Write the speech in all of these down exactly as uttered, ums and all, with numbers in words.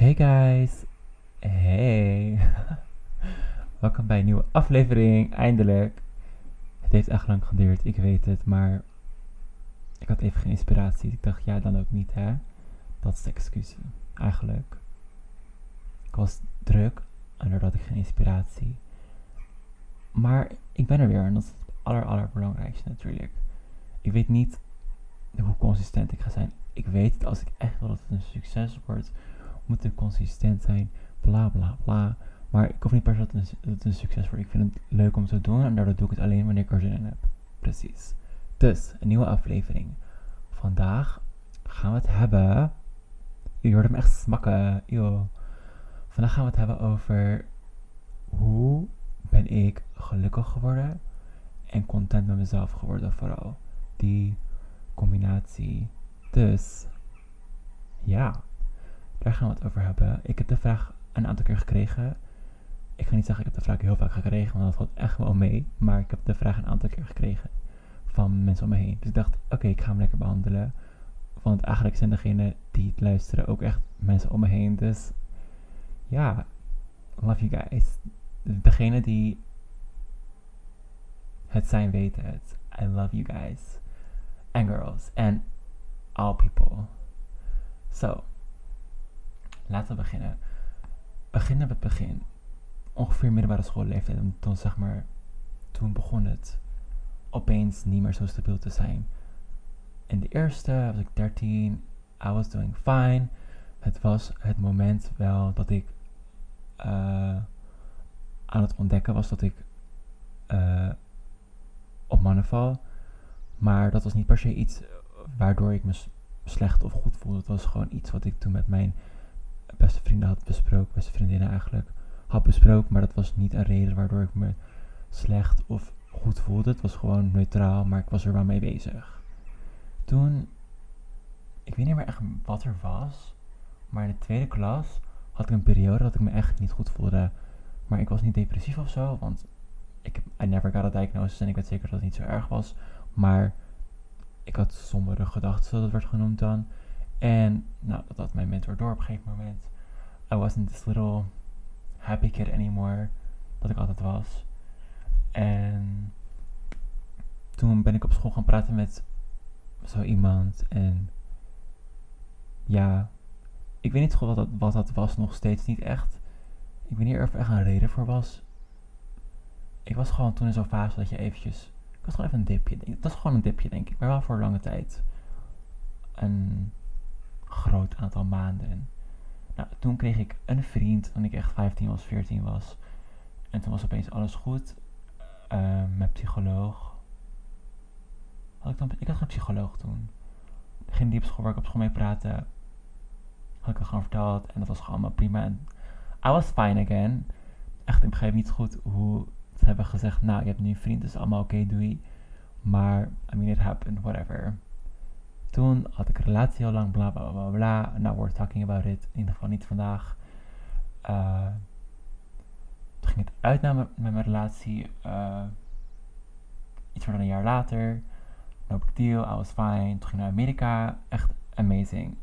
Hey guys, hey. Welkom bij een nieuwe aflevering, eindelijk. Het heeft echt lang geduurd, ik weet het, maar ik had even geen inspiratie. Ik dacht, ja, dan ook niet, hè. Dat is de excuus, eigenlijk. Ik was druk en daardoor had ik geen inspiratie. Maar ik ben er weer en dat is het aller, allerbelangrijkste natuurlijk. Ik weet niet hoe consistent ik ga zijn. Ik weet het, als ik echt wil dat het een succes wordt, moet ik consistent zijn, bla bla bla. Maar ik hoef niet per se dat het, een, dat het een succes wordt. Ik vind het leuk om te doen en daardoor doe ik het alleen wanneer ik er zin in heb. Precies. Dus, een nieuwe aflevering. Vandaag gaan we het hebben... Je hoort hem echt smakken. Yo. Vandaag gaan we het hebben over... Hoe ben ik gelukkig geworden en content met mezelf geworden vooral. Die combinatie. Dus, ja. Daar gaan we het over hebben. Ik heb de vraag een aantal keer gekregen. Ik ga niet zeggen ik heb de vraag heel vaak gekregen, want dat valt echt wel mee. Maar ik heb de vraag een aantal keer gekregen van mensen om me heen. Dus ik dacht, oké, okay, ik ga hem lekker behandelen. Want eigenlijk zijn degenen die het luisteren ook echt mensen om me heen. Dus ja, love you guys. Degenen die het zijn weten het. I love you guys. And girls. And all people. So, laten we beginnen. Beginnen met het begin. Ongeveer middelbare schoolleeftijd. En toen zeg maar, toen begon het opeens niet meer zo stabiel te zijn. In de eerste was ik dertien. I was doing fine. Het was het moment wel dat ik uh, aan het ontdekken was dat ik uh, op mannen val. Maar dat was niet per se iets waardoor ik me slecht of goed voelde. Het was gewoon iets wat ik toen met mijn beste vrienden had besproken. Beste vriendinnen eigenlijk. Had besproken, maar dat was niet een reden waardoor ik me slecht of goed voelde. Het was gewoon neutraal, maar ik was er wel mee bezig. Toen, ik weet niet meer echt wat er was, maar in de tweede klas had ik een periode dat ik me echt niet goed voelde. Maar ik was niet depressief of zo, want ik heb, I never got a diagnosis en ik weet zeker dat het niet zo erg was. Maar ik had sombere gedachten, zoals het werd genoemd dan. En nou, dat had mijn mentor door op een gegeven moment. I wasn't this little happy kid anymore, dat ik altijd was. En toen ben ik op school gaan praten met zo iemand. En ja, ik weet niet goed wat dat, wat dat was, nog steeds niet echt. Ik weet niet of er echt een reden voor was. Ik was gewoon toen in zo'n fase dat je eventjes... Ik was gewoon even een dipje. Dat was gewoon een dipje, denk ik. Maar wel voor lange tijd. Een groot aantal maanden. Nou, toen kreeg ik een vriend toen ik echt vijftien was, veertien was. En toen was opeens alles goed. Uh, met psycholoog. Had ik, dan, ik had geen psycholoog toen. Degene die op school waar ik op school mee praatte, had ik het gewoon verteld. En dat was gewoon allemaal prima. En I was fine again. Echt, ik begreep niet goed hoe ze hebben gezegd, nou, je hebt nu een vriend, dus allemaal oké, okay, doei. Maar, I mean, it happened, whatever. Toen had ik een relatie heel lang, bla bla bla bla. Now we're talking about it. In ieder geval niet vandaag. Uh, toen ging het uit na met mijn relatie. Uh, iets meer dan een jaar later. No big deal, I was fine. Toen ging ik naar Amerika. Echt amazing.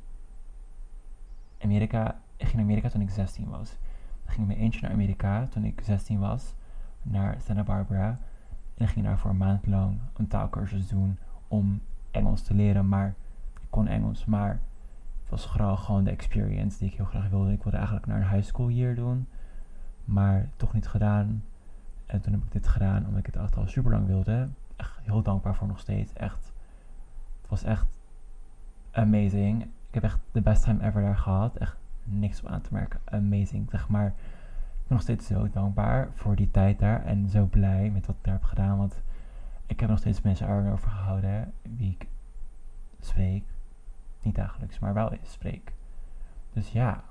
Amerika, ik ging naar Amerika toen ik zestien was. Dan ging ik met eentje naar Amerika toen ik zestien was. Naar Santa Barbara. En dan ging ik daar voor een maand lang een taalkursus doen om Engels te leren. Maar ik kon Engels, maar het was vooral gewoon de experience die ik heel graag wilde. Ik wilde eigenlijk naar een high school year doen, maar toch niet gedaan. En toen heb ik dit gedaan omdat ik het echt al super lang wilde. Echt heel dankbaar voor nog steeds. Echt, het was echt amazing. Ik heb echt de best time ever daar gehad. Echt niks op aan te merken. Amazing, zeg maar. Ik ben nog steeds zo dankbaar voor die tijd daar. En zo blij met wat ik daar heb gedaan. Want ik heb nog steeds mensen erover gehouden. Wie ik spreek. Niet dagelijks, maar wel eens spreek. Dus ja.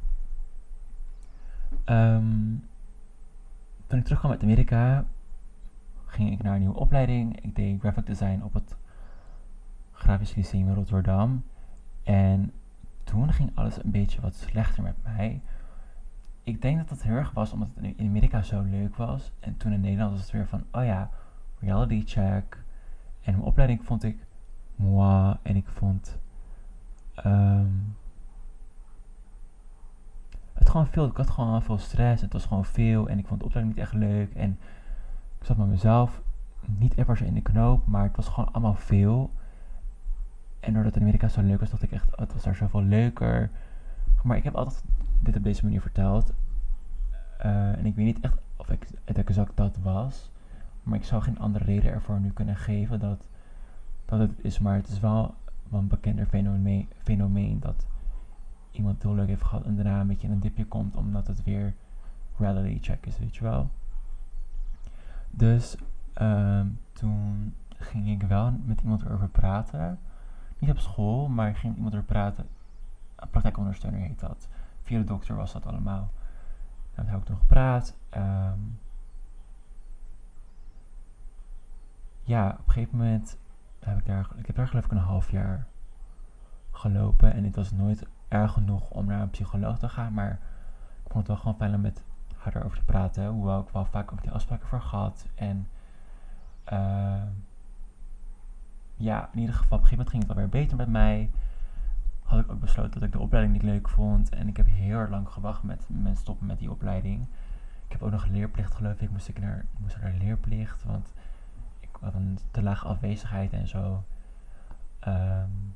Um, toen ik terugkwam uit Amerika, ging ik naar een nieuwe opleiding. Ik deed graphic design op het Grafisch Lyceum in Rotterdam. En toen ging alles een beetje wat slechter met mij. Ik denk dat dat heel erg was omdat het in Amerika zo leuk was. En toen in Nederland was het weer van, oh ja, reality check. En mijn opleiding vond ik moi. En ik vond... Um, gewoon veel. Ik had gewoon veel stress. Het was gewoon veel. En ik vond de opleiding niet echt leuk. En ik zat met mezelf niet echt per se in de knoop. Maar het was gewoon allemaal veel. En doordat Amerika zo leuk was, dacht ik echt, oh, het was daar zoveel leuker. Maar ik heb altijd dit op deze manier verteld. Uh, en ik weet niet echt of ik het exact dat was. Maar ik zou geen andere reden ervoor nu kunnen geven dat, dat het is. Maar het is wel, wel een bekender fenomeen, fenomeen dat iemand heel leuk heeft gehad en daarna een beetje in een dipje komt omdat het weer reality check is, weet je wel. Dus um, toen ging ik wel met iemand erover praten. Niet op school, maar ik ging met iemand erover praten. Een praktijkondersteuner heet dat. Via de dokter was dat allemaal. Nou, daar heb ik toen gepraat. Um, ja, op een gegeven moment heb ik daar, ik heb daar geloof ik een half jaar gelopen. En het was nooit erg genoeg om naar een psycholoog te gaan. Maar ik vond het wel gewoon fijn om met haar erover te praten. Hoewel ik wel vaak ook die afspraken voor gehad. En uh, ja, in ieder geval op een gegeven moment ging het alweer beter met mij. Had ik ook besloten dat ik de opleiding niet leuk vond. En ik heb heel erg lang gewacht met, met stoppen met die opleiding. Ik heb ook nog een leerplicht geloof ik. Moest ik naar, moest naar leerplicht. Want ik had een te lage afwezigheid en zo. Um,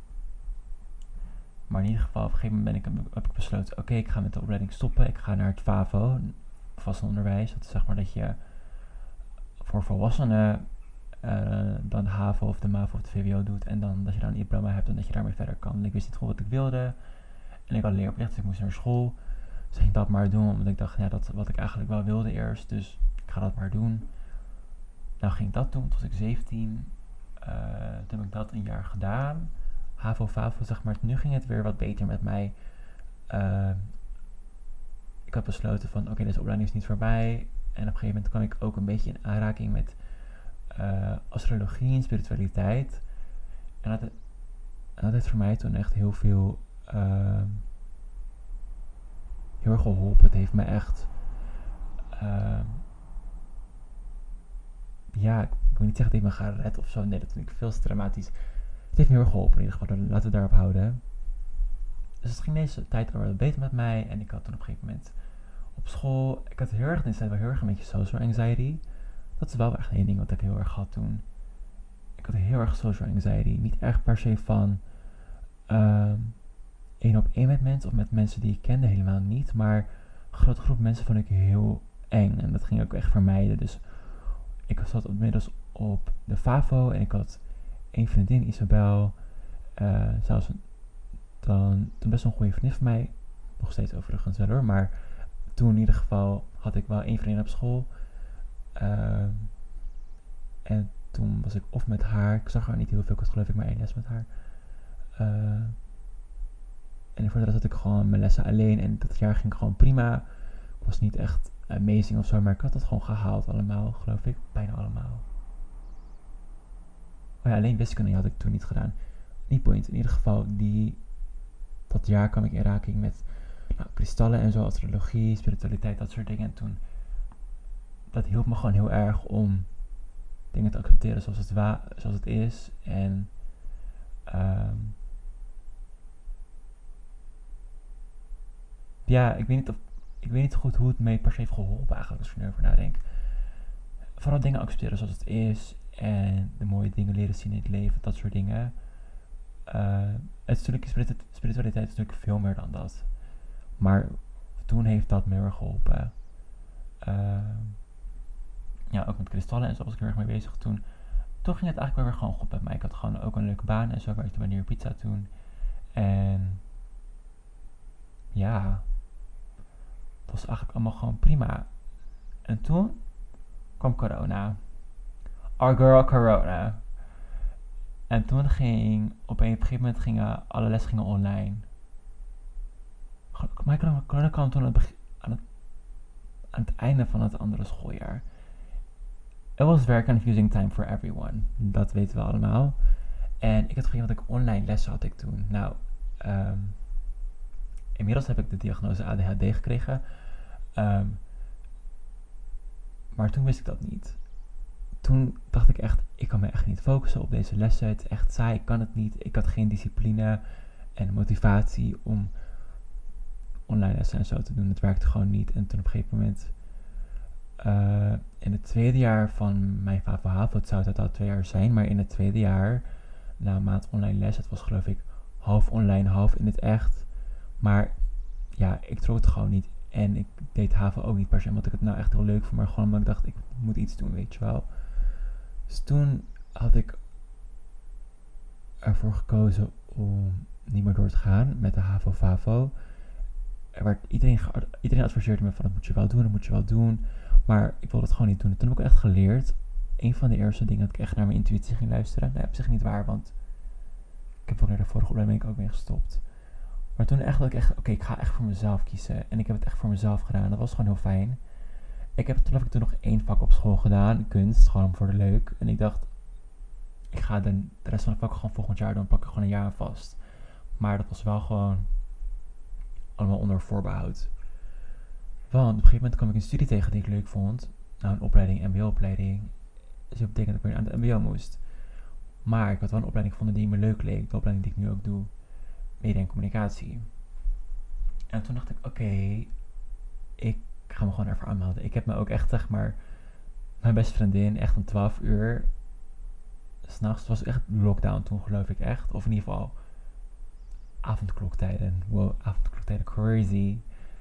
maar in ieder geval op een gegeven moment ben ik, heb ik besloten. Oké, okay, ik ga met de opleiding stoppen. Ik ga naar het FAVO. Vast onderwijs. Dat is zeg maar dat je voor volwassenen Uh, dan de HAVO of de MAVO of de V W O doet. En dan dat je dan een diploma hebt en dat je daarmee verder kan. En ik wist niet goed wat ik wilde. En ik had leerplicht, dus ik moest naar school. Dus ik ging dat maar doen, omdat ik dacht, ja, dat wat ik eigenlijk wel wilde eerst. Dus ik ga dat maar doen. Nou ging ik dat doen, toen was ik zeventien. Uh, toen heb ik dat een jaar gedaan. HAVO, FAVO, zeg maar. Nu ging het weer wat beter met mij. Uh, ik had besloten van, oké, okay, deze opleiding is niet voorbij. En op een gegeven moment kwam ik ook een beetje in aanraking met Uh, astrologie en spiritualiteit. En dat, en dat heeft voor mij toen echt heel veel uh, heel erg geholpen. Het heeft me echt uh, ja, ik wil niet zeggen dat het heeft me gered of zo. Nee, dat vind ik veel te dramatisch. Het heeft me heel erg geholpen in ieder geval. Laten we daarop houden. Dus het ging deze tijd wel wat beter met mij. En ik had toen op een gegeven moment op school, ik had heel erg, dit wel heel erg een beetje social anxiety. Dat is wel echt één ding wat ik heel erg had toen. Ik had heel erg social anxiety. Niet echt per se van um, één op één met mensen of met mensen die ik kende, helemaal niet. Maar een grote groep mensen vond ik heel eng. En dat ging ik ook echt vermijden. Dus ik zat inmiddels op de FAVO en ik had één vriendin, Isabel. Uh, zelfs een, dan, toen best wel een goede vriendin van mij. Nog steeds overigens wel hoor. Maar toen in ieder geval had ik wel één vriendin op school. Uh, en toen was ik of met haar, ik zag haar niet heel veel, ik had geloof ik maar één les met haar. Uh, en voor de rest had ik gewoon mijn lessen alleen en dat jaar ging gewoon prima. Ik was niet echt amazing of zo, maar ik had het gewoon gehaald allemaal, geloof ik, bijna allemaal. Oh ja, alleen wiskunde had ik toen niet gedaan. Niet point, in ieder geval, die, dat jaar kwam ik in raking met nou, kristallen en zo, astrologie, spiritualiteit, dat soort dingen. En toen, dat hielp me gewoon heel erg om dingen te accepteren zoals het, wa- zoals het is. En um, ja, ik weet niet of, ik weet niet goed hoe het me per se heeft geholpen eigenlijk, als ik er nu over nadenk. Vooral dingen accepteren zoals het is. En de mooie dingen leren zien in het leven, dat soort dingen. Uh, het is natuurlijk, spiritualiteit is natuurlijk veel meer dan dat. Maar toen heeft dat me heel erg geholpen. Uh, ja, ook met kristallen en zo was ik heel erg mee bezig toen. Toen ging het eigenlijk wel weer gewoon goed met mij. Ik had gewoon ook een leuke baan en zo. Ik werkte bij Nieuwe Pizza toen. En ja, het was eigenlijk allemaal gewoon prima. En toen kwam corona. Our girl corona. En toen ging, op een gegeven moment gingen alle lessen gingen online. Maar corona kwam toen aan het, begin, aan, het, aan het einde van het andere schooljaar. It was very confusing time for everyone. Dat weten we allemaal. En ik had gegeven dat ik online lessen had ik toen. Nou, um, inmiddels heb ik de diagnose A D H D gekregen. Um, maar toen wist ik dat niet. Toen dacht ik echt, ik kan me echt niet focussen op deze lessen. Het is echt saai, ik kan het niet. Ik had geen discipline en motivatie om, online lessen en zo te doen. Het werkte gewoon niet. En toen op een gegeven moment, uh, in het tweede jaar van mijn VAVO-HAVO, het zou het al twee jaar zijn, maar in het tweede jaar, na een maand online les, het was geloof ik half online, half in het echt. Maar ja, ik trok het gewoon niet. En ik deed HAVO ook niet per se, omdat ik het nou echt heel leuk vond, maar gewoon omdat ik dacht, ik moet iets doen, weet je wel. Dus toen had ik ervoor gekozen om niet meer door te gaan met de HAVO-VAVO. Er werd iedereen, iedereen adviseerde me van, dat moet je wel doen, dat moet je wel doen. Maar ik wilde het gewoon niet doen. En toen heb ik echt geleerd, een van de eerste dingen dat ik echt naar mijn intuïtie ging luisteren. Nou, op zich niet waar, want ik heb ook naar de vorige opleiding ook mee gestopt. Maar toen echt dat ik echt, oké, okay, ik ga echt voor mezelf kiezen. En ik heb het echt voor mezelf gedaan. Dat was gewoon heel fijn. Ik heb toen, heb ik toen nog één vak op school gedaan, kunst, gewoon voor de leuk. En ik dacht, ik ga de, de rest van de vakken gewoon volgend jaar doen, plak ik gewoon een jaar aan vast. Maar dat was wel gewoon allemaal onder voorbehoud. Want op een gegeven moment kwam ik een studie tegen die ik leuk vond. Nou, een opleiding, M B O-opleiding. Dus dat betekent dat ik weer aan de M B O moest. Maar ik had wel een opleiding gevonden die me leuk leek. De opleiding die ik nu ook doe. Media en communicatie. En toen dacht ik, oké, okay, ik ga me gewoon ervoor aanmelden. Ik heb me ook echt, zeg maar, mijn beste vriendin, echt om twaalf uur, 's'nachts, het was echt lockdown toen, geloof ik echt. Of in ieder geval avondkloktijden. Wow, avondkloktijden, crazy.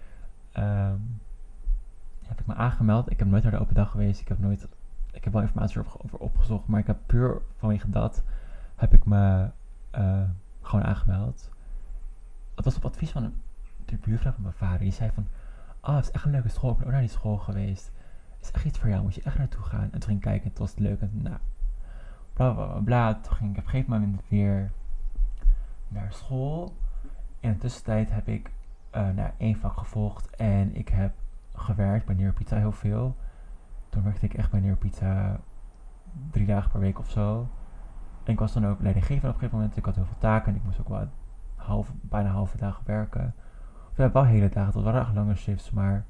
Um, heb ik me aangemeld. Ik heb nooit naar de open dag geweest. Ik heb nooit, ik heb wel informatie over, over opgezocht, maar ik heb puur vanwege dat, heb ik me uh, gewoon aangemeld. Het was op advies van een, de buurvrouw van mijn vader. Die zei van, oh, het is echt een leuke school. Ik ben ook naar die school geweest. Het is echt iets voor jou. Moet je echt naartoe gaan. En toen ging ik kijken. Het was leuk. En nou, bla bla bla bla. Toen ging ik op een gegeven moment weer naar school. In de tussentijd heb ik uh, naar één vak gevolgd. En ik heb gewerkt bij Neuropizza heel veel. Toen werkte ik echt bij Neuropizza drie dagen per week of zo. En ik was dan ook leidinggevend op een gegeven moment. Ik had heel veel taken. En ik moest ook wel half, bijna halve dagen werken. Of ja, wel hele dagen. Het waren echt lange shifts. Maar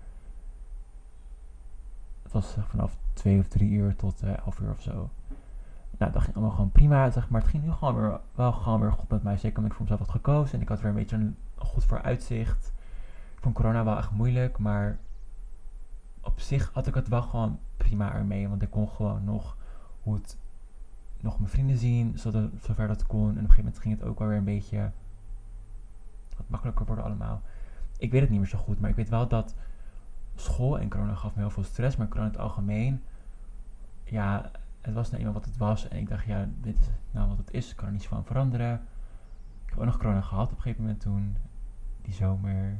het was uh, vanaf twee of drie uur tot uh, elf uur of zo. Nou, dat ging allemaal gewoon prima, zeg maar. Het ging nu gewoon weer, wel gewoon weer goed met mij. Zeker omdat ik voor mezelf had gekozen. En ik had weer een beetje een goed vooruitzicht. Ik vond corona wel echt moeilijk. Maar op zich had ik het wel gewoon prima ermee. Want ik kon gewoon nog hoe het, nog mijn vrienden zien. Zodat, zover dat kon. En op een gegeven moment ging het ook wel weer een beetje wat makkelijker worden allemaal. Ik weet het niet meer zo goed. Maar ik weet wel dat school en corona gaf me heel veel stress. Maar corona in het algemeen, ja, het was nou eenmaal wat het was. En ik dacht, ja, dit is nou wat het is. Ik kan er niets van veranderen. Ik heb ook nog corona gehad op een gegeven moment toen. Die zomer.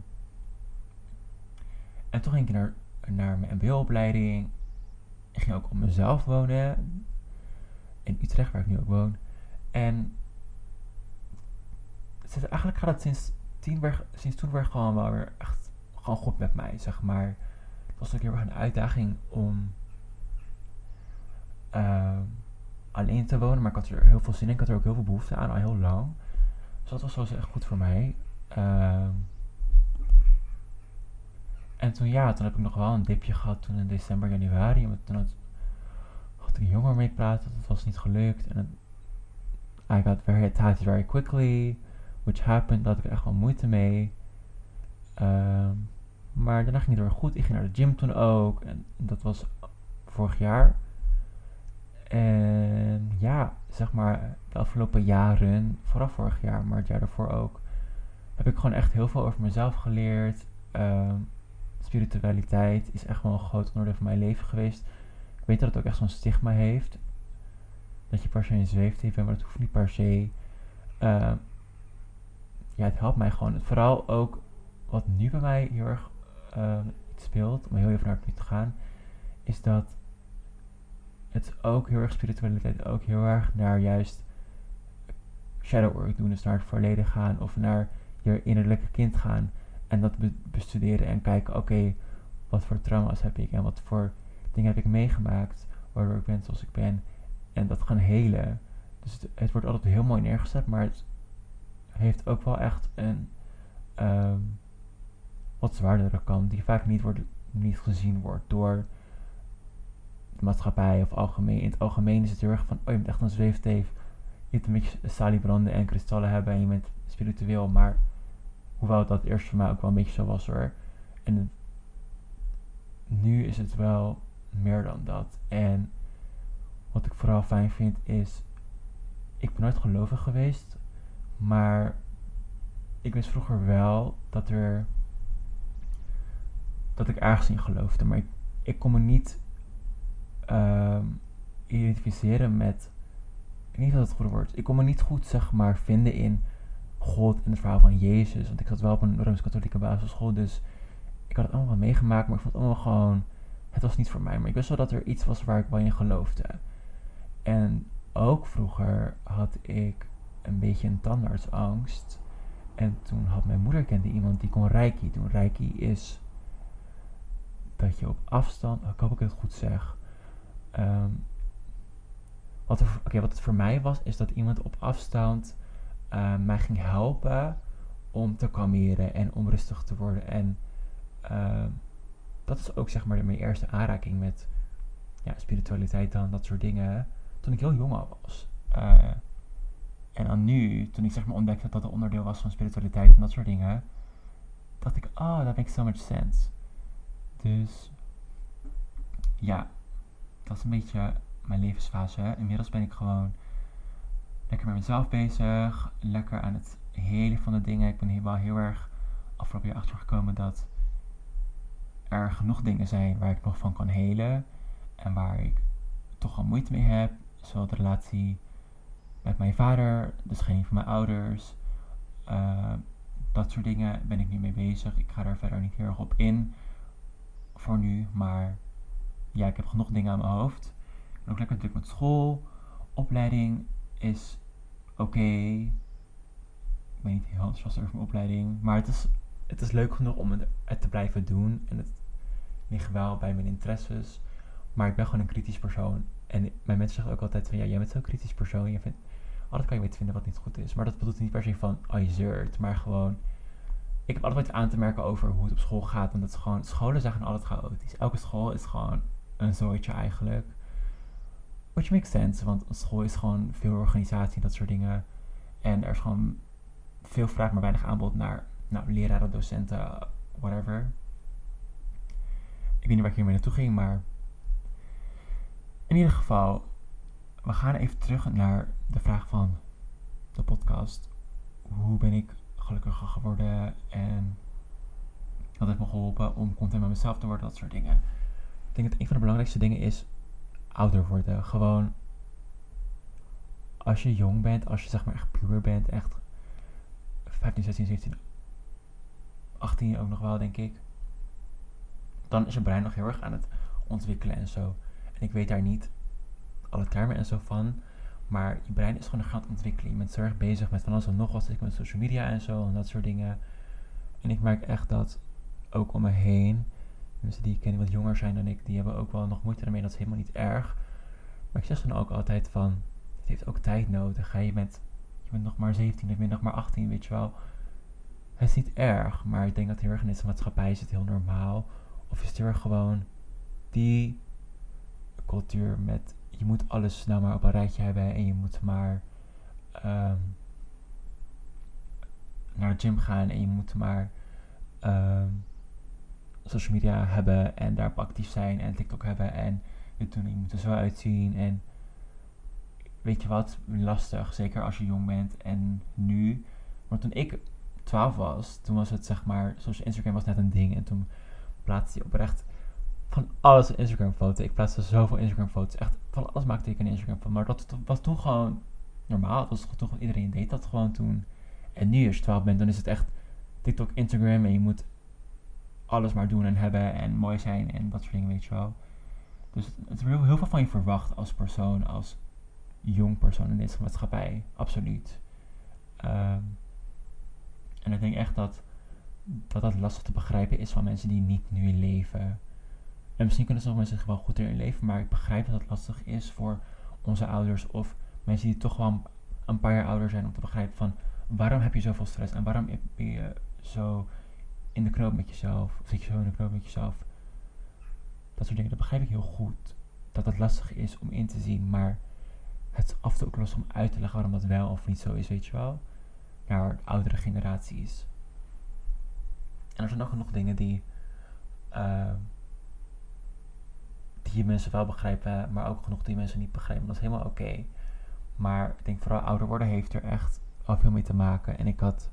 En toen ging ik naar, naar mijn M B O-opleiding. Ik ging ook op mezelf wonen. In Utrecht, waar ik nu ook woon. En het is, eigenlijk gaat het sinds, tien weer, sinds toen weer gewoon wel weer echt gewoon goed met mij, zeg maar. Het was ook heel erg een uitdaging om Uh, alleen te wonen, maar ik had er heel veel zin in. Ik had er ook heel veel behoefte aan, al heel lang. Dus dat was sowieso echt goed voor mij. Uh, en toen ja, toen heb ik nog wel een dipje gehad toen in december, januari. Want toen had, had ik een jongen mee praten, dat was niet gelukt. En het, I got very attached very quickly, which happened. Daar had ik er echt wel moeite mee. Uh, maar daarna ging het weer goed. Ik ging naar de gym toen ook. En dat was vorig jaar. En ja, zeg maar, de afgelopen jaren, vooral vorig jaar, maar het jaar daarvoor ook, heb ik gewoon echt heel veel over mezelf geleerd. Uh, spiritualiteit is echt wel een groot onderdeel van mijn leven geweest. Ik weet dat het ook echt zo'n stigma heeft. Dat je per se een zweefteef bent, maar dat hoeft niet per se. Uh, ja, het helpt mij gewoon. Vooral ook wat nu bij mij heel erg uh, speelt, om heel even naar het nu te gaan, is dat het ook heel erg spiritualiteit, ook heel erg naar juist shadow work doen. Dus naar het verleden gaan of naar je innerlijke kind gaan. En dat be- bestuderen en kijken, oké, okay, wat voor trauma's heb ik en wat voor dingen heb ik meegemaakt waardoor ik ben zoals ik ben. En dat gaan helen. Dus het, het wordt altijd heel mooi neergezet, maar het heeft ook wel echt een um, wat zwaardere kant die vaak niet, wordt, niet gezien wordt door maatschappij of algemeen. In het algemeen is het heel erg van, oh, je bent echt een zweefteef. Je moet een beetje saliebranden en kristallen hebben en je bent spiritueel, maar Hoewel dat eerst voor mij ook wel een beetje zo was hoor. En het, nu is het wel meer dan dat. En wat ik vooral fijn vind is, ik ben nooit gelovig geweest, maar ik wist vroeger wel dat er, dat ik ergens in geloofde, maar ik, ik kon me niet um, identificeren met, ik weet niet wat het goede woord is, ik kon me niet goed zeg maar vinden in God en het verhaal van Jezus, want ik zat wel op een Rooms-Katholieke basisschool, dus ik had het allemaal wel meegemaakt, maar ik vond het allemaal gewoon, het was niet voor mij, maar ik wist wel dat er iets was waar ik wel in geloofde. En ook vroeger had ik een beetje een tandartsangst. En toen had mijn moeder kende iemand die kon reiki doen. Reiki is dat je op afstand, ik hoop dat ik het goed zeg. Um, wat, er, okay, wat het voor mij was, is dat iemand op afstand uh, mij ging helpen om te kalmeren en om rustig te worden. En uh, dat is ook zeg maar mijn eerste aanraking met ja, spiritualiteit dan, dat soort dingen. Toen ik heel jong al was. Uh, en dan nu, toen ik zeg maar ontdekte dat dat een onderdeel was van spiritualiteit en dat soort dingen, dacht ik, oh, that makes so much sense. Dus, ja, dat is een beetje mijn levensfase. Inmiddels ben ik gewoon lekker met mezelf bezig, lekker aan het helen van de dingen. Ik ben hier wel heel erg afgelopen jaar achtergekomen dat er genoeg dingen zijn waar ik nog van kan helen en waar ik toch al moeite mee heb. Zoals de relatie met mijn vader, de scheiding van mijn ouders. Uh, dat soort dingen ben ik nu mee bezig. Ik ga daar verder niet heel erg op in. Voor nu. Maar ja, ik heb genoeg dingen aan mijn hoofd. Ik ben ook lekker druk met school. Opleiding is oké. Okay. Ik ben niet heel enthousiast over mijn opleiding. Maar het is, het is leuk genoeg om het, het te blijven doen. En het ligt wel bij mijn interesses. Maar ik ben gewoon een kritisch persoon. En mijn mensen zeggen ook altijd van, ja, jij bent zo'n kritisch persoon. Je vindt, altijd kan je weten vinden wat niet goed is. Maar dat bedoelt niet per se van, oh je zeurt. Maar gewoon, ik heb altijd wat aan te merken over hoe het op school gaat. Want het is gewoon, scholen zijn gewoon altijd chaotisch. Elke school is gewoon een zooitje eigenlijk. Which makes sense, want een school is gewoon veel organisatie en dat soort dingen. En er is gewoon veel vraag, maar weinig aanbod naar nou, leraren, docenten, whatever. Ik weet niet waar ik hiermee naartoe ging, maar in ieder geval, we gaan even terug naar de vraag van de podcast. Hoe ben ik gelukkiger geworden en wat heeft me geholpen om content met mezelf te worden, dat soort dingen. Ik denk dat een van de belangrijkste dingen is ouder worden. Gewoon, als je jong bent, als je zeg maar echt puber bent, echt vijftien, zestien, zeventien, achttien ook nog wel, denk ik. Dan is je brein nog heel erg aan het ontwikkelen en zo. En ik weet daar niet alle termen en zo van, maar je brein is gewoon nog aan het ontwikkelen. Je bent zo erg bezig met van alles en nog wat, ik met social media en zo en dat soort dingen. En ik merk echt dat ook om me heen, mensen die ik ken die wat jonger zijn dan ik, die hebben ook wel nog moeite ermee. Dat is helemaal niet erg. Maar ik zeg dan ook altijd van, het heeft ook tijd nodig. Hè? Je, bent, je bent nog maar zeventien, of je bent nog maar achttien, weet je wel. Het is niet erg, maar ik denk dat heel erg in deze maatschappij is het heel normaal. Of is het heel erg gewoon die cultuur met, je moet alles nou maar op een rijtje hebben en je moet maar um, naar de gym gaan en je moet maar um, social media hebben en daarop actief zijn en TikTok hebben en je, doen, je moet er zo uitzien en weet je wat, lastig, zeker als je jong bent en nu, maar toen ik twaalf was, toen was het zeg maar, zoals Instagram was net een ding en toen plaatste je oprecht van alles een Instagram foto. Ik plaatste zoveel Instagram foto's, echt van alles maakte ik een Instagram foto, maar dat was toen gewoon normaal, dat was toen gewoon, iedereen deed dat gewoon toen. En nu als je twaalf bent, dan is het echt TikTok, Instagram en je moet alles maar doen en hebben en mooi zijn en dat soort dingen, weet je wel. Dus het wordt heel, heel veel van je verwacht als persoon, als jong persoon in deze maatschappij, absoluut. Um, en ik denk echt dat, dat dat lastig te begrijpen is van mensen die niet nu leven. En misschien kunnen sommige mensen zich wel goed erin leven, maar ik begrijp dat het lastig is voor onze ouders of mensen die toch wel een paar jaar ouder zijn om te begrijpen van waarom heb je zoveel stress en waarom ben je zo in de knoop met jezelf, of zit je zo in de knoop met jezelf. Dat soort dingen, dat begrijp ik heel goed. Dat het lastig is om in te zien, maar het is af en toe ook lastig om uit te leggen waarom dat wel of niet zo is, weet je wel. Naar oudere generaties. En er zijn ook genoeg dingen die, uh, die mensen wel begrijpen, maar ook genoeg die mensen niet begrijpen. Dat is helemaal oké. Okay. Maar ik denk vooral ouder worden heeft er echt al veel mee te maken. En ik had...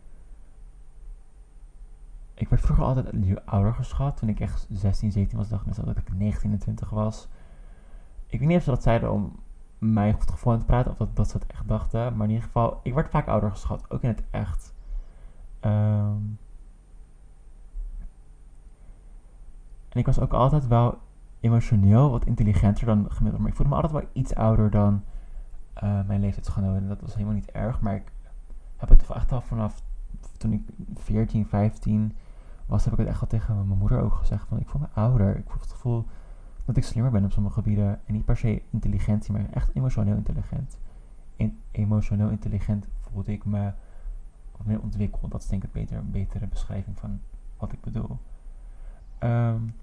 Ik werd vroeger altijd ouder geschat. Toen ik echt zestien, zeventien was, dacht mensen dat ik negentien en twintig was. Ik weet niet of ze dat zeiden om mij goed gevoel aan te praten, of dat, dat ze het echt dachten. Maar in ieder geval, ik werd vaak ouder geschat. Ook in het echt. Um, en ik was ook altijd wel emotioneel wat intelligenter dan gemiddeld. Maar ik voelde me altijd wel iets ouder dan uh, mijn leeftijdsgenoten. Dat was helemaal niet erg. Maar ik heb het echt al vanaf toen ik veertien, vijftien was, heb ik het echt al tegen mijn moeder ook gezegd. Van, ik voel me ouder. Ik voel het gevoel dat ik slimmer ben op sommige gebieden. En niet per se intelligentie, maar echt emotioneel intelligent. In, emotioneel intelligent voelde ik me wat meer ontwikkeld. Dat is denk ik een betere, betere beschrijving van wat ik bedoel. Um,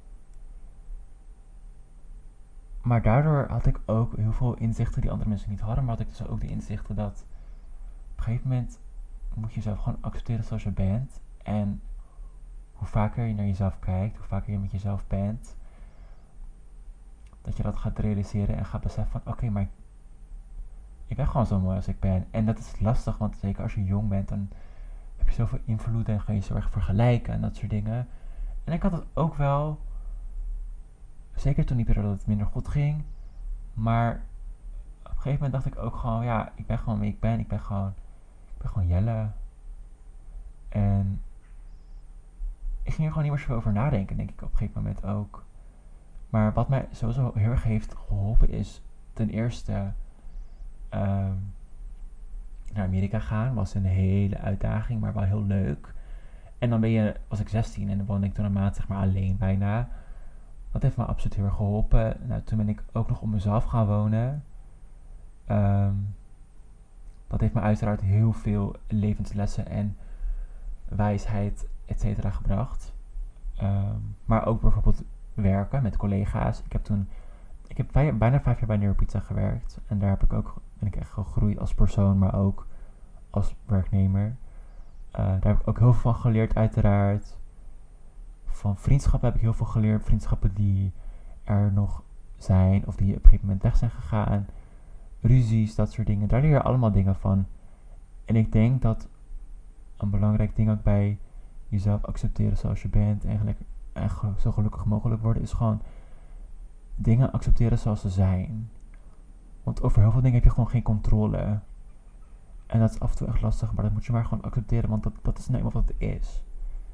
maar daardoor had ik ook heel veel inzichten die andere mensen niet hadden. Maar had ik dus ook de inzichten dat op een gegeven moment moet je jezelf gewoon accepteren zoals je bent. En hoe vaker je naar jezelf kijkt, hoe vaker je met jezelf bent, dat je dat gaat realiseren en gaat beseffen van, oké, okay, maar ik, ik ben gewoon zo mooi als ik ben. En dat is lastig, want zeker als je jong bent, dan heb je zoveel invloed en ga je zo erg vergelijken en dat soort dingen. En ik had het ook wel, zeker toen die periode dat het minder goed ging, maar op een gegeven moment dacht ik ook gewoon, ja, ik ben gewoon wie ik ben. Ik ben gewoon, ik ben gewoon Jelle. En ik ging er gewoon niet meer zo over nadenken, denk ik op een gegeven moment ook. Maar wat mij sowieso heel erg heeft geholpen is ten eerste um, naar Amerika gaan. Was een hele uitdaging, maar wel heel leuk. En dan ben je, was ik zestien en dan woonde ik toen een maand zeg maar alleen bijna. Dat heeft me absoluut heel erg geholpen. Nou, toen ben ik ook nog op mezelf gaan wonen. Um, dat heeft me uiteraard heel veel levenslessen en wijsheid et cetera gebracht. Um, maar ook bijvoorbeeld werken met collega's. Ik heb toen, ik heb vijf, bijna vijf jaar bij Neuropizza gewerkt. En daar heb ik ook, ben ik echt gegroeid als persoon, maar ook als werknemer. Uh, daar heb ik ook heel veel van geleerd uiteraard. Van vriendschappen heb ik heel veel geleerd. Vriendschappen die er nog zijn of die op een gegeven moment weg zijn gegaan. Ruzies, dat soort dingen. Daar leer je allemaal dingen van. En ik denk dat een belangrijk ding ook bij jezelf accepteren zoals je bent. Eigenlijk en zo gelukkig mogelijk worden is gewoon dingen accepteren zoals ze zijn. Want over heel veel dingen heb je gewoon geen controle. En dat is af en toe echt lastig, maar dat moet je maar gewoon accepteren, want dat, dat is nou eenmaal wat het is.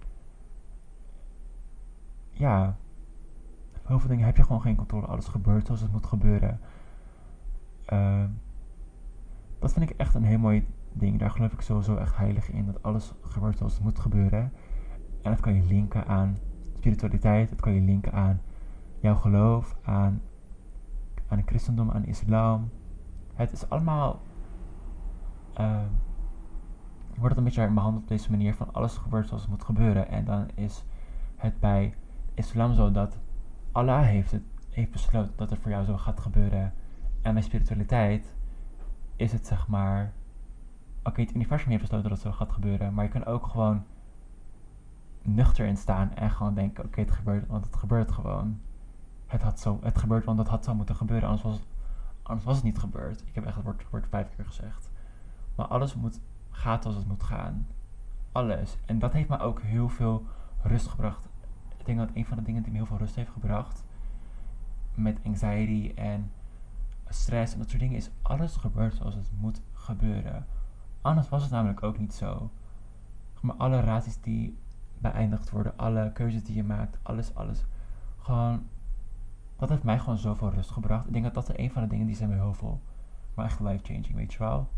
Ja, heel veel dingen heb je gewoon geen controle. Alles gebeurt zoals het moet gebeuren. Uh, dat vind ik echt een heel mooi ding. Daar geloof ik sowieso echt heilig in. Dat alles gebeurt zoals het moet gebeuren. En dat kan je linken aan spiritualiteit. Dat kan je linken aan jouw geloof. Aan, aan het christendom, aan islam. Het is allemaal... Uh, wordt het een beetje behandeld op deze manier. Van alles gebeurt zoals het moet gebeuren. En dan is het bij islam zo dat Allah heeft, het, heeft besloten dat het voor jou zo gaat gebeuren. En bij spiritualiteit is het zeg maar... Oké, okay, het universum heeft besloten dat het zo gaat gebeuren. Maar je kan ook gewoon nuchter in staan en gewoon denken... Oké, okay, het gebeurt, want het gebeurt gewoon. Het, had zo, het gebeurt, want dat had zo moeten gebeuren. Anders was, anders was het niet gebeurd. Ik heb echt het woord, woord vijf keer gezegd. Maar alles moet, gaat als het moet gaan. Alles. En dat heeft me ook heel veel rust gebracht. Ik denk dat een van de dingen die me heel veel rust heeft gebracht... met anxiety en stress en dat soort dingen... is alles gebeurt zoals het moet gebeuren. Anders was het namelijk ook niet zo. Maar alle relaties die beëindigd worden... alle keuzes die je maakt... alles, alles. Gewoon... dat heeft mij gewoon zoveel rust gebracht. Ik denk dat dat een van de dingen die zijn me heel veel... maar echt life-changing, weet je wel.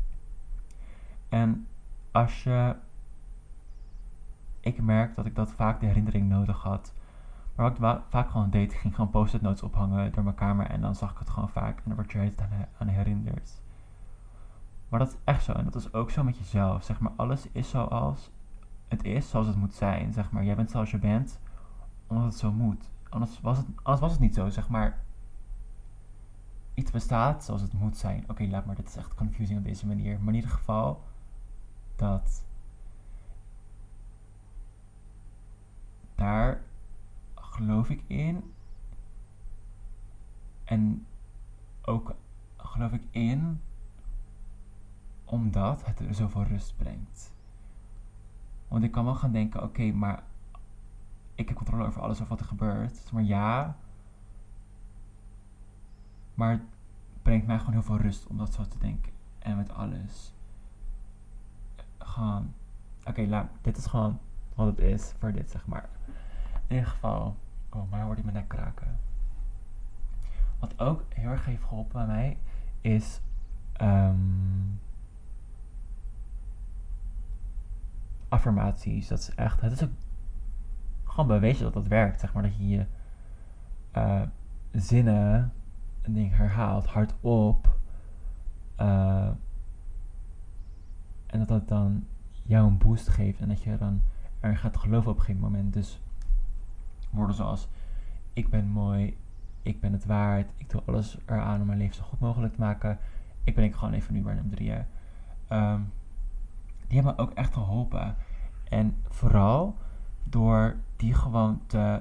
En als je... ik merk dat ik dat vaak de herinnering nodig had... Maar wat ik wa- vaak gewoon deed, ik ging gewoon post-it notes ophangen door mijn kamer en dan zag ik het gewoon vaak en dan word je er aan, aan herinnerd. Maar dat is echt zo en dat is ook zo met jezelf. Zeg maar, alles is zoals het is, zoals het moet zijn. Zeg maar, jij bent zoals je bent, omdat het zo moet. Anders was het, anders was het niet zo, zeg maar. Iets bestaat zoals het moet zijn. Oké, okay, laat maar, dit is echt confusing op deze manier. Maar in ieder geval, dat... geloof ik in. En ook geloof ik in omdat het er zoveel rust brengt. Want ik kan wel gaan denken, oké, okay, maar ik heb controle over alles of wat er gebeurt. Maar ja, maar het brengt mij gewoon heel veel rust om dat zo te denken. En met alles. Gewoon, oké, okay, dit is gewoon wat het is voor dit, zeg maar. In ieder geval, oh, maar word ik mijn nek kraken. Wat ook heel erg heeft geholpen bij mij, is um, affirmaties. Dat is echt, het is ook gewoon bewezen dat dat werkt, zeg maar. Dat je je uh, zinnen, een ding herhaalt, hardop. Uh, en dat dat dan jou een boost geeft. En dat je dan er gaat geloven op een gegeven moment. Dus woorden zoals, ik ben mooi, ik ben het waard, ik doe alles eraan om mijn leven zo goed mogelijk te maken. Ik ben ik gewoon even nu bij nummer drie. Um, die hebben me ook echt geholpen. En vooral door die gewoon te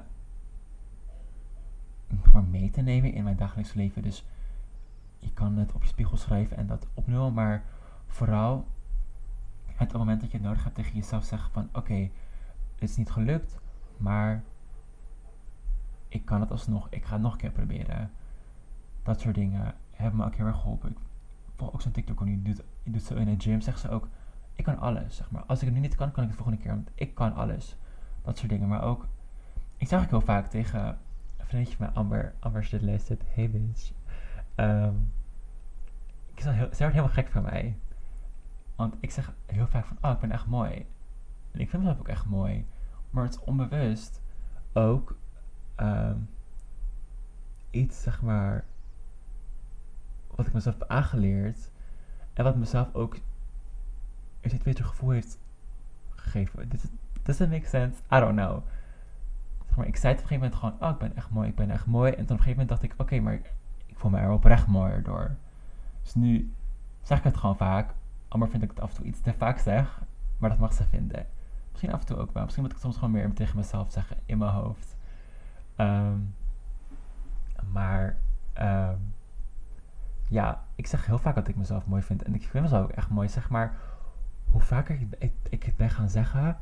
maar mee te nemen in mijn dagelijks leven. Dus je kan het op je spiegel schrijven en dat opnoemen, maar vooral het moment dat je het nodig hebt tegen jezelf zeggen van oké, okay, het is niet gelukt, maar ik kan het alsnog, ik ga het nog een keer proberen. Dat soort dingen hebben me ook heel erg geholpen. Ik volg ook zo'n TikToker nu, die doet, die doet zo in de gym, zegt ze ook, ik kan alles, zeg maar. Als ik het nu niet kan, kan ik het de volgende keer, want ik kan alles. Dat soort dingen, maar ook, ik zeg ook heel vaak tegen een vriendje van mij, Amber, Amber als je dit luistert, hey bitch. Um, ik is heel, ze wordt helemaal gek van mij. Want ik zeg heel vaak van, oh, ik ben echt mooi. En ik vind mezelf ook echt mooi. Maar het is onbewust ook um, iets, zeg maar, wat ik mezelf heb aangeleerd. En wat mezelf ook een dit beter gevoel heeft gegeven. Does it make sense? I don't know. Zeg maar, ik zei het op een gegeven moment gewoon, oh, ik ben echt mooi, ik ben echt mooi. En toen op een gegeven moment dacht ik, oké, okay, maar ik, ik voel me er oprecht mooier door. Dus nu zeg ik het gewoon vaak. Amber vind ik het af en toe iets te vaak zeg. Maar dat mag ze vinden. Misschien af en toe ook wel. Misschien moet ik het soms gewoon meer tegen mezelf zeggen in mijn hoofd. Um, maar um, ja, ik zeg heel vaak dat ik mezelf mooi vind. En ik vind mezelf ook echt mooi. Zeg maar, hoe vaker ik, ik, ik het ben gaan zeggen,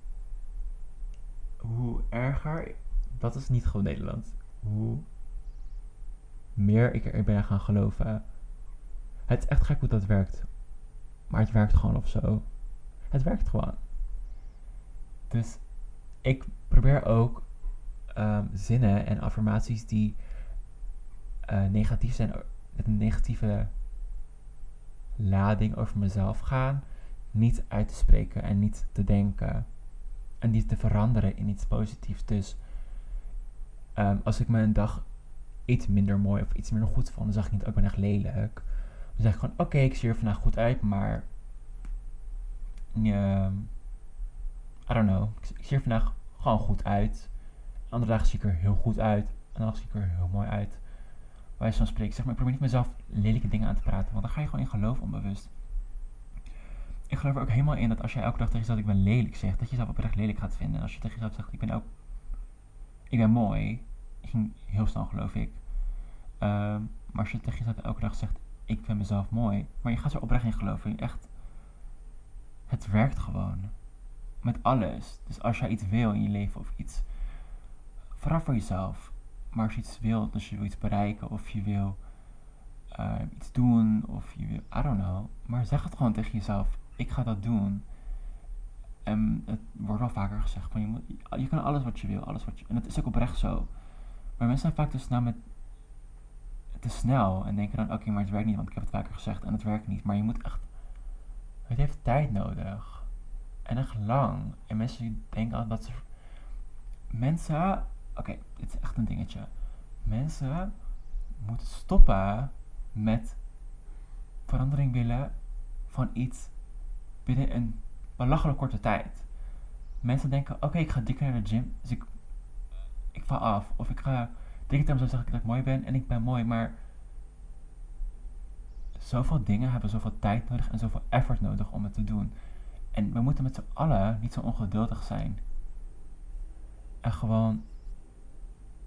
hoe erger, dat is niet gewoon Nederland, hoe meer ik erin ben gaan geloven. Het is echt gek hoe dat werkt. Maar het werkt gewoon of zo. Het werkt gewoon. Dus ik probeer ook um, zinnen en affirmaties die uh, negatief zijn, met een negatieve lading over mezelf gaan, niet uit te spreken en niet te denken. En niet te veranderen in iets positiefs. Dus um, als ik me een dag iets minder mooi of iets minder goed vond, dan zeg ik niet, oh, ik ben echt lelijk. Dan zeg ik gewoon, oké, okay, ik zie er vandaag goed uit, maar um, I don't know, ik, ik zie er vandaag gewoon goed uit. Andere dagen zie ik er heel goed uit. Andere dagen zie ik er heel mooi uit. Waar je zo spreekt, zeg maar, ik probeer niet mezelf lelijke dingen aan te praten, want dan ga je gewoon in geloof onbewust. Ik geloof er ook helemaal in dat als jij elke dag tegen jezelf ik ben lelijk zegt, dat je jezelf oprecht lelijk gaat vinden. En als je tegen jezelf zegt, ik ben ook, ik ben mooi, ging heel snel geloof ik. Um, maar als je tegen jezelf elke dag zegt, ik vind mezelf mooi, maar je gaat er oprecht in geloven. Echt, het werkt gewoon. Met alles. Dus als jij iets wil in je leven of iets, vooral voor jezelf. Maar als je iets wil, dus je wil iets bereiken of je wil uh, iets doen of je wil, I don't know. Maar zeg het gewoon tegen jezelf. Ik ga dat doen. En het wordt wel vaker gezegd van je moet, je kan alles wat je wil, alles wat je, en dat is ook oprecht zo. Maar mensen zijn vaak te snel met, te snel en denken dan, oké, okay, maar het werkt niet, want ik heb het vaker gezegd en het werkt niet. Maar je moet echt, het heeft tijd nodig. En echt lang. En mensen denken altijd dat ze, mensen, oké, okay, dit is echt een dingetje. Mensen moeten stoppen met verandering willen van iets binnen een belachelijk korte tijd. Mensen denken, oké, okay, ik ga drie keer naar de gym, dus ik, ik val af. Of ik ga drie keer tegen mezelf zeggen dat ik mooi ben en ik ben mooi, maar zoveel dingen hebben zoveel tijd nodig en zoveel effort nodig om het te doen. En we moeten met z'n allen niet zo ongeduldig zijn. En gewoon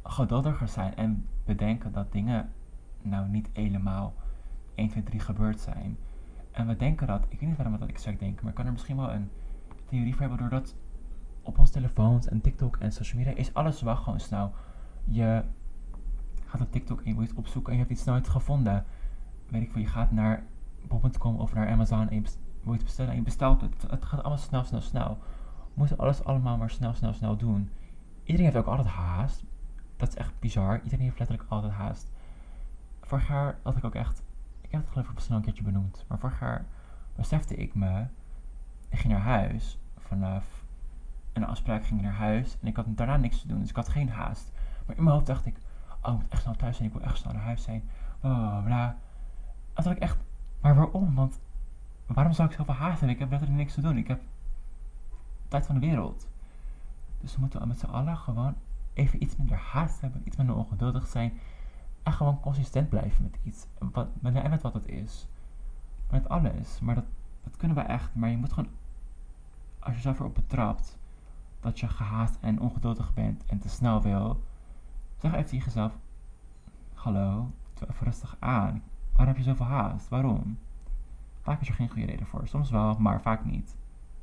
geduldiger zijn en bedenken dat dingen nou niet helemaal één, twee, drie gebeurd zijn. En we denken dat, ik weet niet waarom we dat exact denken, maar ik kan er misschien wel een theorie voor hebben, doordat op onze telefoons en TikTok en social media is alles wel gewoon snel. Je gaat op TikTok en je wil iets opzoeken en je hebt iets snel iets gevonden. Weet ik veel, je gaat naar bol punt com of naar Amazon en je wil iets bestellen en je bestelt het. Het gaat allemaal snel, snel, snel. We moeten alles allemaal maar snel, snel, snel doen. Iedereen heeft ook altijd haast. Dat is echt bizar. Iedereen heeft letterlijk altijd haast. Vorig jaar had ik ook echt, ik heb het geloof ik snel een keertje benoemd, maar vorig jaar besefte ik me, ik ging naar huis, vanaf een afspraak ging ik naar huis en ik had daarna niks te doen, dus ik had geen haast. Maar in mijn hoofd dacht ik, oh, ik moet echt snel thuis zijn, ik wil echt snel naar huis zijn, bla bla. En toen dacht ik echt, maar waarom? Want waarom zou ik zoveel haast hebben? Ik heb letterlijk niks te doen, ik heb tijd van de wereld. Dus we moeten met z'n allen gewoon even iets minder haast hebben, iets minder ongeduldig zijn en gewoon consistent blijven met iets. Wat, met, met wat het is. Met alles. Maar dat, dat kunnen we echt. Maar je moet gewoon, als je zelf erop betrapt dat je gehaast en ongeduldig bent en te snel wil, zeg even tegen jezelf, hallo, doe even rustig aan. Waarom heb je zoveel haast? Waarom? Vaak is er geen goede reden voor. Soms wel, maar vaak niet.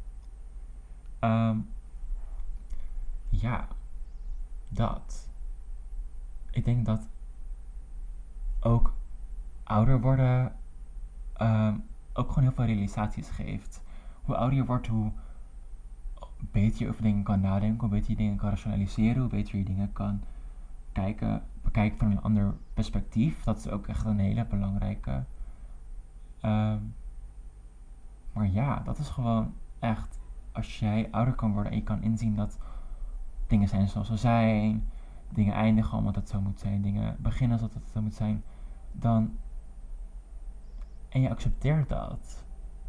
Um, ja, dat. Ik denk dat ook ouder worden um, ook gewoon heel veel realisaties geeft. Hoe ouder je wordt, hoe beter je over dingen kan nadenken, hoe beter je dingen kan rationaliseren, hoe beter je dingen kan kijken, bekijken van een ander perspectief. Dat is ook echt een hele belangrijke. Um, maar ja, dat is gewoon echt, als jij ouder kan worden en je kan inzien dat dingen zijn zoals ze zijn, dingen eindigen omdat het zo moet zijn, dingen beginnen zoals het zo moet zijn, dan, en je accepteert dat.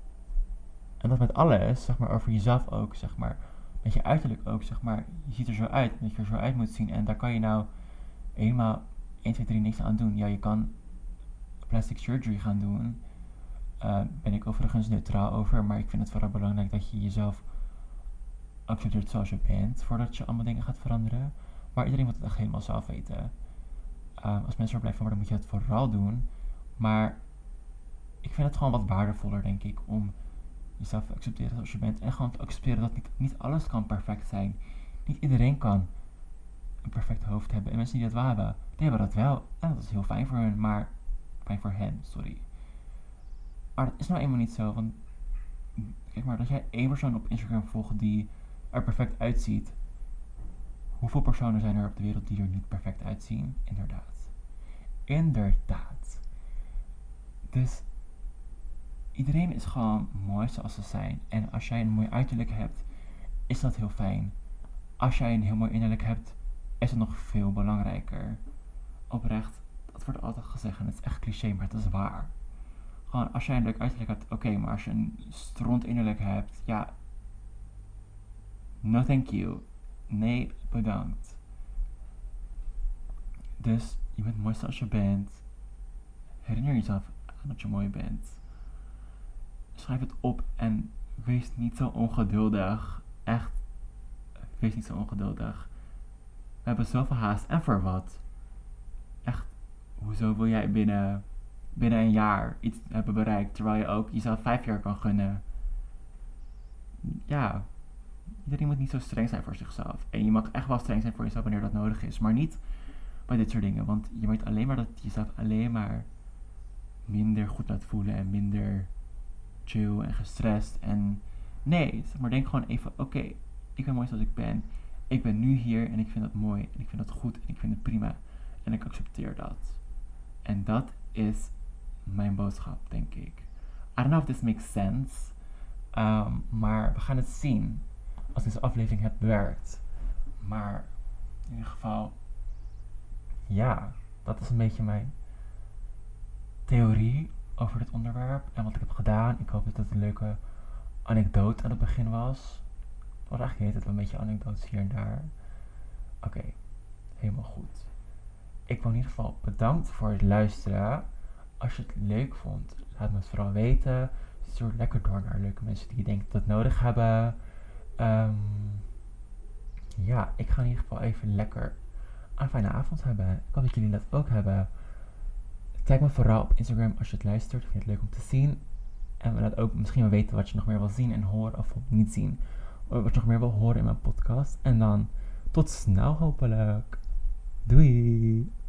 En dat met alles, zeg maar, over jezelf ook, zeg maar, met je uiterlijk ook, zeg maar, je ziet er zo uit, dat je er zo uit moet zien en daar kan je nou helemaal één, twee, drie niks aan doen. Ja, je kan plastic surgery gaan doen, uh, ben ik overigens neutraal over, maar ik vind het vooral belangrijk dat je jezelf accepteert zoals je bent, voordat je allemaal dingen gaat veranderen. Maar iedereen moet het echt helemaal zelf weten. Uh, als mensen er blij van worden, moet je het vooral doen. Maar ik vind het gewoon wat waardevoller, denk ik, om jezelf te accepteren zoals je bent. En gewoon te accepteren dat niet, niet alles kan perfect zijn. Niet iedereen kan een perfect hoofd hebben. En mensen die dat wel hebben, die hebben dat wel. En dat is heel fijn voor hen, maar... Fijn voor hen, sorry. Maar dat is nou eenmaal niet zo, want... Kijk maar, dat jij één persoon op Instagram volgt die er perfect uitziet. Hoeveel personen zijn er op de wereld die er niet perfect uitzien? Inderdaad. Inderdaad. Dus... Iedereen is gewoon mooi zoals ze zijn. En als jij een mooi uiterlijk hebt, is dat heel fijn. Als jij een heel mooi innerlijk hebt, is het nog veel belangrijker. Oprecht, dat wordt altijd gezegd en het is echt cliché, maar het is waar. Gewoon, als jij een leuk uiterlijk hebt, oké, okay, maar als je een stront innerlijk hebt, ja, no thank you. Nee, bedankt. Dus, je bent mooi zoals je bent. Herinner jezelf aan dat je mooi bent. Schrijf het op en wees niet zo ongeduldig. Echt, wees niet zo ongeduldig. We hebben zoveel haast. En voor wat? Echt, hoezo wil jij binnen, binnen een jaar iets hebben bereikt, terwijl je ook jezelf vijf jaar kan gunnen? Ja, iedereen moet niet zo streng zijn voor zichzelf. En je mag echt wel streng zijn voor jezelf wanneer dat nodig is. Maar niet bij dit soort dingen. Want je weet alleen maar dat je jezelf alleen maar minder goed laat voelen en minder chill en gestrest en nee, zeg maar, denk gewoon even, oké, okay, ik ben mooi zoals ik ben, ik ben nu hier en ik vind dat mooi en ik vind dat goed en ik vind het prima en ik accepteer dat. En dat is mijn boodschap, denk ik. I don't know if this makes sense, um, maar we gaan het zien als deze aflevering het werkt. Maar in ieder geval, ja, dat is een beetje mijn theorie over dit onderwerp en wat ik heb gedaan. Ik hoop dat het een leuke anekdote aan het begin was. Het was eigenlijk heet het een beetje anekdotes hier en daar. Oké, okay, helemaal goed. Ik wil in ieder geval bedankt voor het luisteren. Als je het leuk vond, laat me het vooral weten. Stuur lekker door naar leuke mensen die je denkt dat nodig hebben. Um, ja, ik ga in ieder geval even lekker een fijne avond hebben. Ik hoop dat jullie dat ook hebben. Tag me vooral op Instagram als je het luistert. Ik vind het leuk om te zien. En laat ook misschien wel weten wat je nog meer wil zien en horen of niet zien. Of wat je nog meer wil horen in mijn podcast. En dan tot snel hopelijk. Doei!